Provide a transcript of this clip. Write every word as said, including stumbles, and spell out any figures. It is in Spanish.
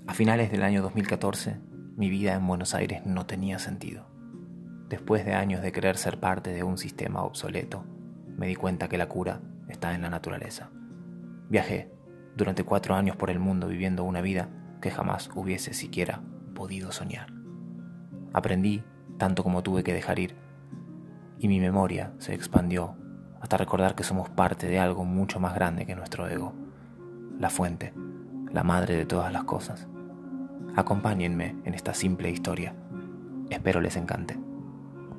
A finales del año dos mil catorce, mi vida en Buenos Aires no tenía sentido. Después de años de querer ser parte de un sistema obsoleto, me di cuenta que la cura está en la naturaleza. Viajé durante cuatro años por el mundo viviendo una vida que jamás hubiese siquiera podido soñar. Aprendí tanto como tuve que dejar ir, y mi memoria se expandió hasta recordar que somos parte de algo mucho más grande que nuestro ego, la fuente, la madre de todas las cosas. Acompáñenme en esta simple historia. Espero les encante.